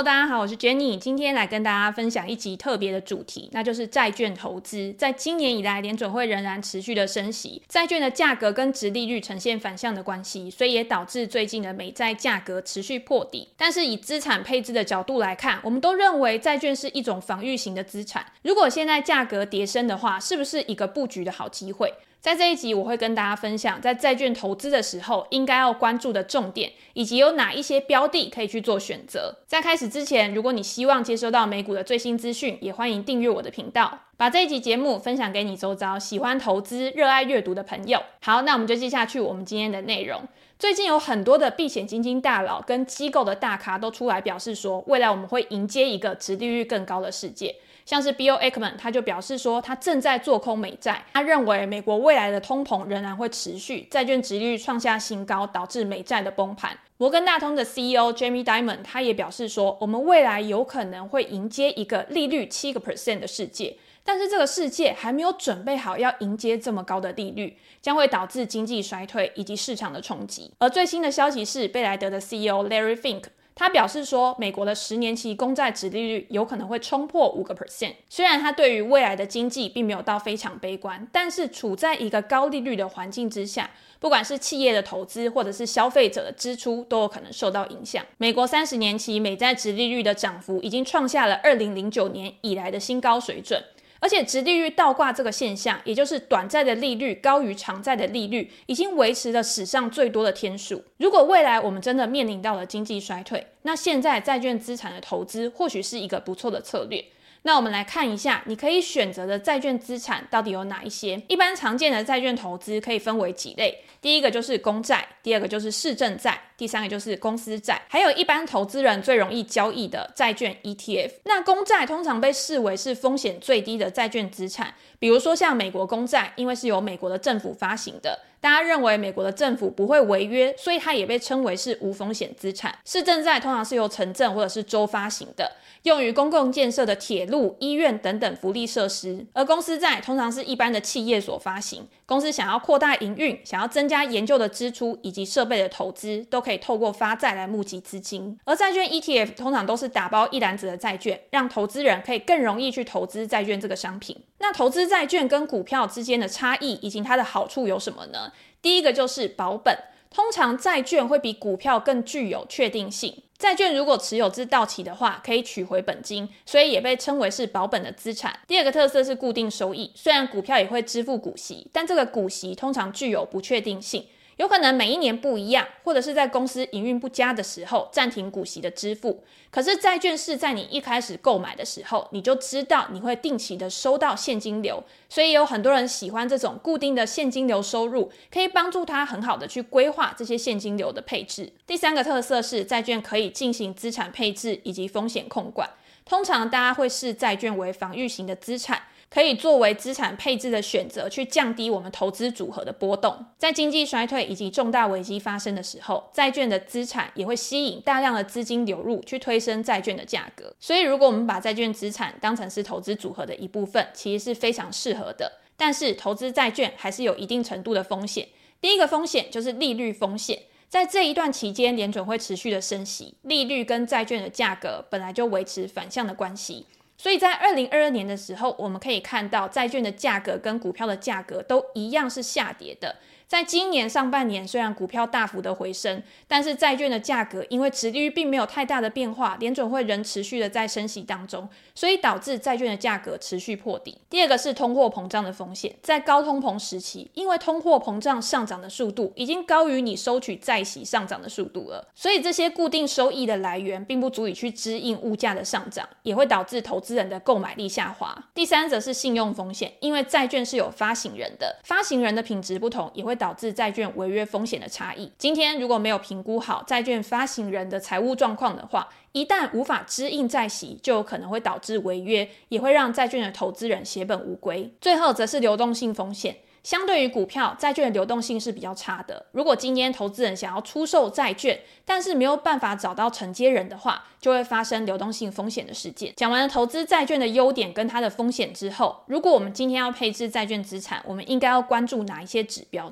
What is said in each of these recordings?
Hello， 大家好，我是 Jenny， 今天来跟大家分享一集特别的主题，那就是债券投资。在今年以来，联准会仍然持续的升息，债券的价格跟殖利率呈现反向的关系，所以也导致最近的美债价格持续破底。但是以资产配置的角度来看，我们都认为债券是一种防御型的资产。如果现在价格跌升的话，是不是一个布局的好机会？在这一集我会跟大家分享在债券投资的时候应该要关注的重点，以及有哪一些标的可以去做选择。在开始之前，如果你希望接收到美股的最新资讯，也欢迎订阅我的频道，把这一集节目分享给你周遭喜欢投资、热爱阅读的朋友。好，那我们就接下去我们今天的内容。最近有很多的避险基金大佬跟机构的大咖都出来表示说，未来我们会迎接一个殖利率更高的世界。像是 Bill Ackman 他就表示说，他正在做空美债，他认为美国未来的通膨仍然会持续，债券殖利率创下新高，导致美债的崩盘。摩根大通的 CEO Jamie Dimon 他也表示说，我们未来有可能会迎接一个利率 7% 的世界，但是这个世界还没有准备好要迎接这么高的利率，将会导致经济衰退以及市场的冲击。而最新的消息是，贝莱德的 CEO Larry Fink他表示说，美国的10年期公债殖利率有可能会冲破 5%。 虽然他对于未来的经济并没有到非常悲观，但是处在一个高利率的环境之下，不管是企业的投资或者是消费者的支出都有可能受到影响。美国30年期美债殖利率的涨幅已经创下了2009年以来的新高水准，而且殖利率倒挂这个现象，也就是短债的利率高于长债的利率，已经维持了史上最多的天数。如果未来我们真的面临到了经济衰退，那现在债券资产的投资或许是一个不错的策略。那我们来看一下你可以选择的债券资产到底有哪一些。一般常见的债券投资可以分为几类，第一个就是公债，第二个就是市政债，第三个就是公司债，还有一般投资人最容易交易的债券 ETF。 那公债通常被视为是风险最低的债券资产，比如说像美国公债，因为是由美国的政府发行的，大家认为美国的政府不会违约，所以它也被称为是无风险资产。市政债通常是由城镇或者是州发行的，用于公共建设的铁路、医院等等福利设施。而公司债通常是一般的企业所发行，公司想要扩大营运，想要增加研究的支出以及设备的投资，都可以透过发债来募集资金。而债券 ETF 通常都是打包一篮子的债券，让投资人可以更容易去投资债券这个商品。那投资债券跟股票之间的差异以及它的好处有什么呢？第一个就是保本，通常债券会比股票更具有确定性。债券如果持有至到期的话，可以取回本金，所以也被称为是保本的资产。第二个特色是固定收益，虽然股票也会支付股息，但这个股息通常具有不确定性，有可能每一年不一样，或者是在公司营运不佳的时候暂停股息的支付。可是债券是在你一开始购买的时候，你就知道你会定期的收到现金流，所以有很多人喜欢这种固定的现金流收入，可以帮助他很好的去规划这些现金流的配置。第三个特色是债券可以进行资产配置以及风险控管，通常大家会视债券为防御型的资产，可以作为资产配置的选择，去降低我们投资组合的波动。在经济衰退以及重大危机发生的时候，债券的资产也会吸引大量的资金流入，去推升债券的价格。所以如果我们把债券资产当成是投资组合的一部分，其实是非常适合的。但是投资债券还是有一定程度的风险。第一个风险就是利率风险。在这一段期间，联准会持续的升息，利率跟债券的价格本来就维持反向的关系，所以在2022年的时候，我们可以看到债券的价格跟股票的价格都一样是下跌的。在今年上半年，虽然股票大幅的回升，但是债券的价格因为殖利率并没有太大的变化，联准会仍持续的在升息当中，所以导致债券的价格持续破底。第二个是通货膨胀的风险。在高通膨时期，因为通货膨胀上涨的速度已经高于你收取债息上涨的速度了，所以这些固定收益的来源并不足以去支应物价的上涨，也会导致投资人的购买力下滑。第三则是信用风险，因为债券是有发行人的，发行人的品质不同，也会导致债券违约风险的差异。今天如果没有评估好债券发行人的财务状况的话，一旦无法支应债息，就有可能会导致违约，也会让债券的投资人血本无归。最后则是流动性风险。相对于股票，债券的流动性是比较差的。如果今天投资人想要出售债券，但是没有办法找到承接人的话，就会发生流动性风险的事件。讲完了投资债券的优点跟它的风险之后，如果我们今天要配置债券资产，我们应该要关注哪一些指标呢？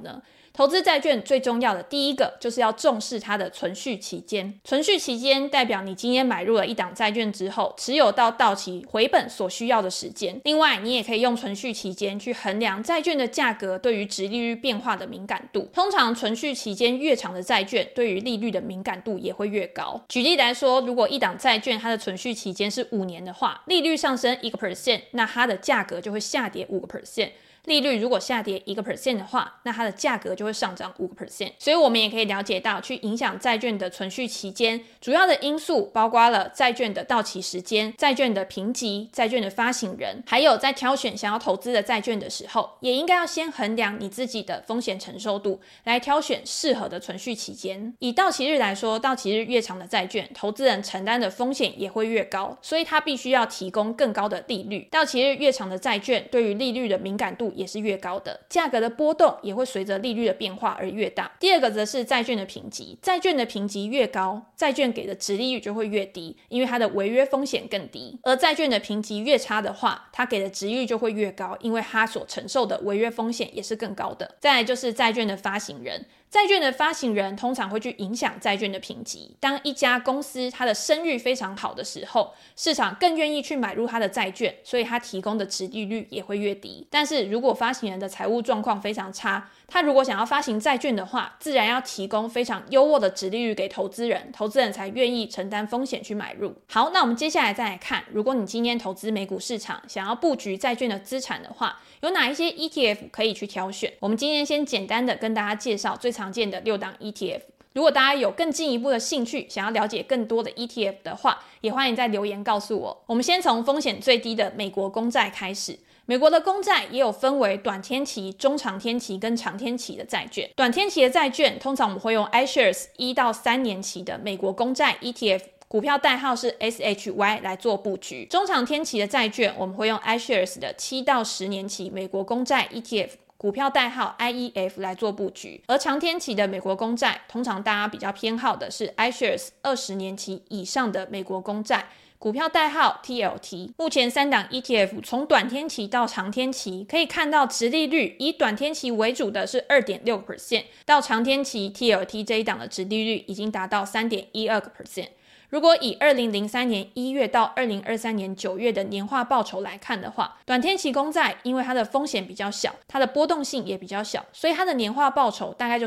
投资债券最重要的第一个就是要重视它的存续期间。存续期间代表你今天买入了一档债券之后，持有到到期回本所需要的时间。另外，你也可以用存续期间去衡量债券的价格对于殖利率变化的敏感度。通常存续期间越长的债券，对于利率的敏感度也会越高。举例来说，如果一档债券它的存续期间是5年的话，利率上升 1%， 那它的价格就会下跌 5%。利率如果下跌 1% 的话，那它的价格就会上涨 5%。 所以我们也可以了解到，去影响债券的存续期间主要的因素包括了债券的到期时间、债券的评级、债券的发行人，还有在挑选想要投资的债券的时候，也应该要先衡量你自己的风险承受度，来挑选适合的存续期间。以到期日来说，到期日越长的债券，投资人承担的风险也会越高，所以他必须要提供更高的利率。到期日越长的债券，对于利率的敏感度也是越高的，价格的波动也会随着利率的变化而越大。第二个则是债券的评级，债券的评级越高，债券给的殖利率就会越低，因为它的违约风险更低。而债券的评级越差的话，它给的殖利率就会越高，因为它所承受的违约风险也是更高的。再来就是债券的发行人，债券的发行人通常会去影响债券的评级。当一家公司它的声誉非常好的时候，市场更愿意去买入它的债券，所以它提供的殖利率也会越低。但是如果发行人的财务状况非常差，他如果想要发行债券的话，自然要提供非常优渥的殖利率给投资人，投资人才愿意承担风险去买入。好，那我们接下来再来看，如果你今天投资美股市场，想要布局债券的资产的话，有哪一些 ETF 可以去挑选？我们今天先简单的跟大家介绍最常见的6档 ETF。如果大家有更进一步的兴趣，想要了解更多的 ETF 的话，也欢迎在留言告诉我。我们先从风险最低的美国公债开始。美国的公债也有分为短天期、中长天期跟长天期的债券。短天期的债券，通常我们会用 iShares 1到3年期的美国公债 ETF，股票代号是 SHY 来做布局。中长天期的债券，我们会用 iShares 的7到10年期美国公债 ETF，股票代号 IEF 来做布局。而长天期的美国公债，通常大家比较偏好的是 iShares 20年期以上的美国公债，股票代号 TLT。 目前3档 ETF 从短天期到长天期，可以看到殖利率以短天期为主的是 2.6%， 到长天期 TLT 这一档的殖利率已经达到 3.12%。如果以2003年1月到2023年9月的年化报酬来看的话，短天期公债因为它的风险比较小，它的波动性也比较小，所以它的年化报酬大概就是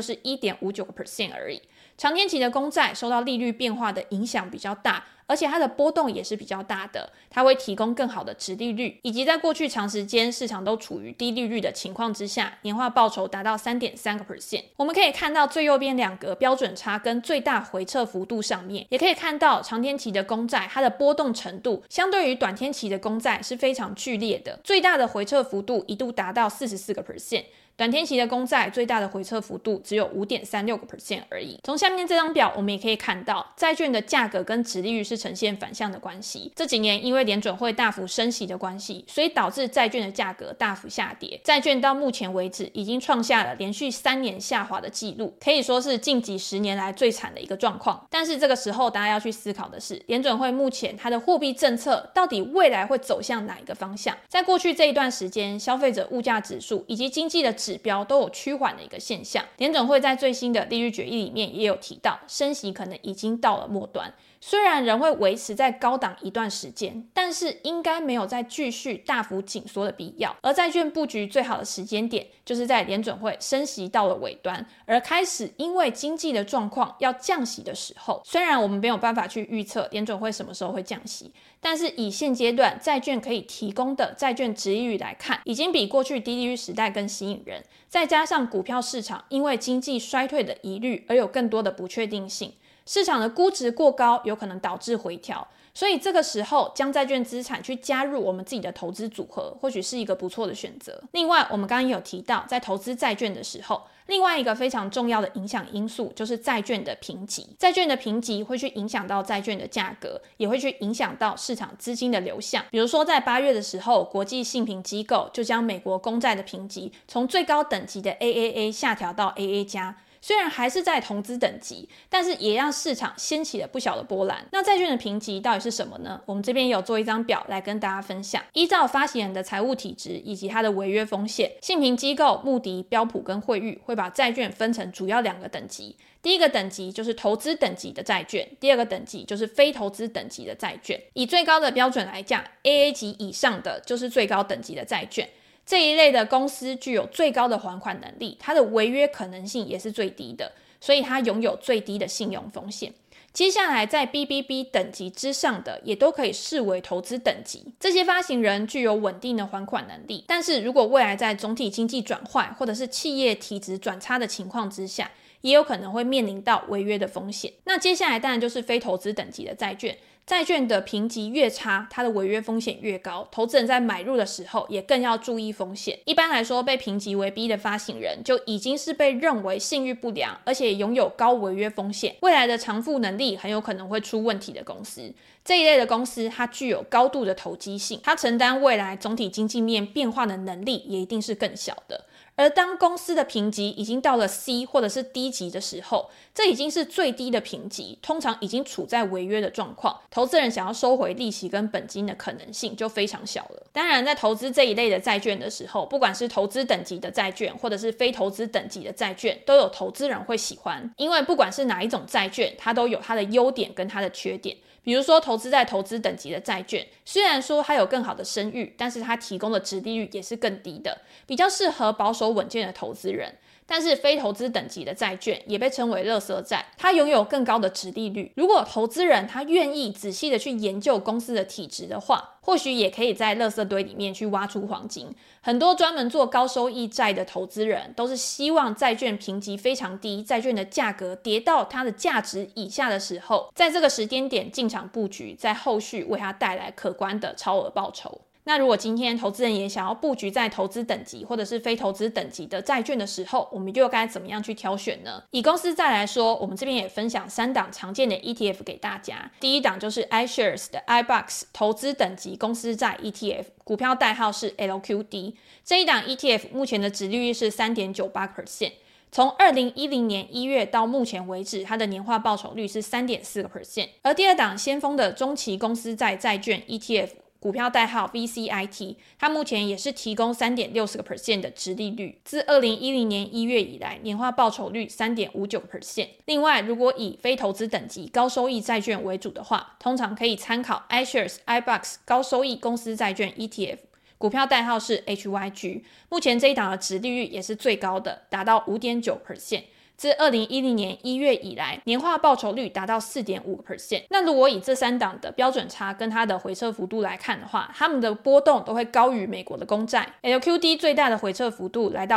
1.59% 而已。长天期的公债受到利率变化的影响比较大，而且它的波动也是比较大的，它会提供更好的殖利率，以及在过去长时间市场都处于低利率的情况之下，年化报酬达到 3.3%。 我们可以看到最右边2格标准差跟最大回撤幅度上面，也可以看到长天期的公债它的波动程度相对于短天期的公债是非常剧烈的，最大的回撤幅度一度达到 44%，短天期的公债最大的回撤幅度只有 5.36% 而已。从下面这张表我们也可以看到，债券的价格跟殖利率是呈现反向的关系。这几年因为联准会大幅升息的关系，所以导致债券的价格大幅下跌，债券到目前为止已经创下了连续3年下滑的记录，可以说是近几10年来最惨的一个状况。但是这个时候大家要去思考的是，联准会目前它的货币政策到底未来会走向哪一个方向？在过去这一段时间，消费者物价指数以及经济的指标都有趋缓的一个现象。联准会在最新的利率决议里面也有提到，升息可能已经到了末端，虽然仍会维持在高档一段时间，但是应该没有再继续大幅紧缩的必要。而债券布局最好的时间点，就是在联准会升息到了尾端，而开始因为经济的状况要降息的时候。虽然我们没有办法去预测联准会什么时候会降息，但是以现阶段债券可以提供的债券殖利率来看，已经比过去低利率时代更吸引人。再加上股票市场因为经济衰退的疑虑而有更多的不确定性，市场的估值过高有可能导致回调，所以这个时候将债券资产去加入我们自己的投资组合，或许是一个不错的选择。另外我们刚刚有提到，在投资债券的时候，另外一个非常重要的影响因素就是债券的评级。债券的评级会去影响到债券的价格，也会去影响到市场资金的流向。比如说在8月的时候，国际信评机构就将美国公债的评级从最高等级的 AAA 下调到AA+， 虽然还是在投资等级，但是也让市场掀起了不小的波澜。那债券的评级到底是什么呢？我们这边有做一张表来跟大家分享。依照发行人的财务体质以及它的违约风险，信评机构穆迪、标普跟惠誉会把债券分成主要2个等级。第一个等级就是投资等级的债券，第二个等级就是非投资等级的债券。以最高的标准来讲， AA 级以上的就是最高等级的债券。这一类的公司具有最高的还款能力，它的违约可能性也是最低的，所以它拥有最低的信用风险。接下来在 BBB 等级之上的也都可以视为投资等级，这些发行人具有稳定的还款能力，但是如果未来在总体经济转坏或者是企业体质转差的情况之下，也有可能会面临到违约的风险。那接下来当然就是非投资等级的债券，债券的评级越差，它的违约风险越高，投资人在买入的时候也更要注意风险。一般来说，被评级为 B 的发行人就已经是被认为信誉不良，而且拥有高违约风险，未来的偿付能力很有可能会出问题的公司。这一类的公司，它具有高度的投机性，它承担未来总体经济面变化的能力也一定是更小的。而当公司的评级已经到了 C 或者是 D 级的时候，这已经是最低的评级，通常已经处在违约的状况，投资人想要收回利息跟本金的可能性就非常小了。当然，在投资这一类的债券的时候，不管是投资等级的债券或者是非投资等级的债券，都有投资人会喜欢，因为不管是哪一种债券，它都有它的优点跟它的缺点。比如说投资在投资等级的债券，虽然说它有更好的声誉，但是它提供的殖利率也是更低的，比较适合保守稳健的投资人。但是非投资等级的债券也被称为垃圾债，它拥有更高的殖利率。如果投资人他愿意仔细的去研究公司的体质的话，或许也可以在垃圾堆里面去挖出黄金。很多专门做高收益债的投资人都是希望债券评级非常低，债券的价格跌到它的价值以下的时候，在这个时间点进场布局，在后续为它带来可观的超额报酬。那如果今天投资人也想要布局在投资等级或者是非投资等级的债券的时候，我们又该怎么样去挑选呢？以公司债来说，我们这边也分享3档常见的 ETF 给大家。第一档就是 iShares 的 iBoxx 投资等级公司债 ETF， 股票代号是 LQD。 这一档 ETF 目前的殖利率是 3.98%，从2010年1月到目前为止，它的年化报酬率是 3.4%。 而第二档先锋的中期公司债债券 ETF，股票代号 VCIT， 它目前也是提供 3.60% 的殖利率，自2010年1月以来，年化报酬率 3.59%。 另外，如果以非投资等级高收益债券为主的话，通常可以参考 iShares iBoxx 高收益公司债券 ETF，股票代号是 HYG， 目前这一档的殖利率也是最高的，达到 5.9%。自2010年1月以来，年化报酬率达到 4.5%。 那如果以这3档的标准差跟它的回撤幅度来看的话，它们的波动都会高于美国的公债。 LQD 最大的回撤幅度来到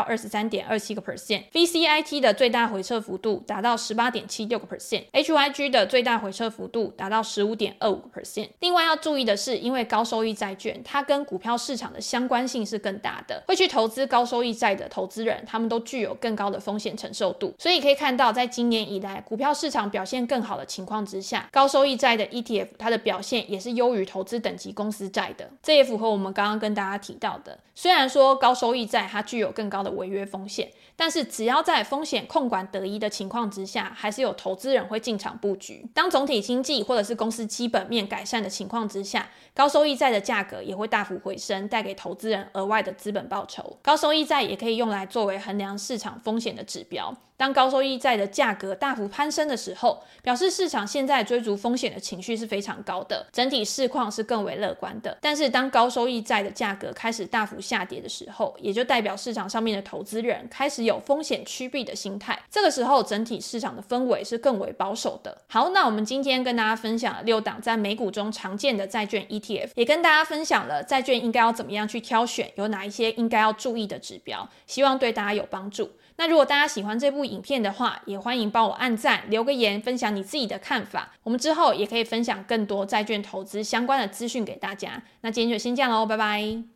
23.27%， VCIT 的最大回撤幅度达到 18.76%， HYG 的最大回撤幅度达到 15.25%。 另外要注意的是，因为高收益债券它跟股票市场的相关性是更大的，会去投资高收益债的投资人，他们都具有更高的风险承受度。所以可以看到，在今年以来股票市场表现更好的情况之下，高收益债的 ETF 它的表现也是优于投资等级公司债的。这也符合我们刚刚跟大家提到的，虽然说高收益债它具有更高的违约风险，但是只要在风险控管得宜的情况之下，还是有投资人会进场布局。当总体经济或者是公司基本面改善的情况之下，高收益债的价格也会大幅回升，带给投资人额外的资本报酬。高收益债也可以用来作为衡量市场风险的指标。当高收益债的价格大幅攀升的时候，表示市场现在追逐风险的情绪是非常高的，整体市况是更为乐观的。但是当高收益债的价格开始大幅下跌的时候，也就代表市场上面的投资人开始有风险趋避的心态，这个时候整体市场的氛围是更为保守的。好，那我们今天跟大家分享了6档在美股中常见的债券 ETF， 也跟大家分享了债券应该要怎么样去挑选，有哪一些应该要注意的指标，希望对大家有帮助。那如果大家喜欢这部影片的话，也欢迎帮我按赞，留个言，分享你自己的看法。我们之后也可以分享更多债券投资相关的资讯给大家。那今天就先这样咯，拜拜。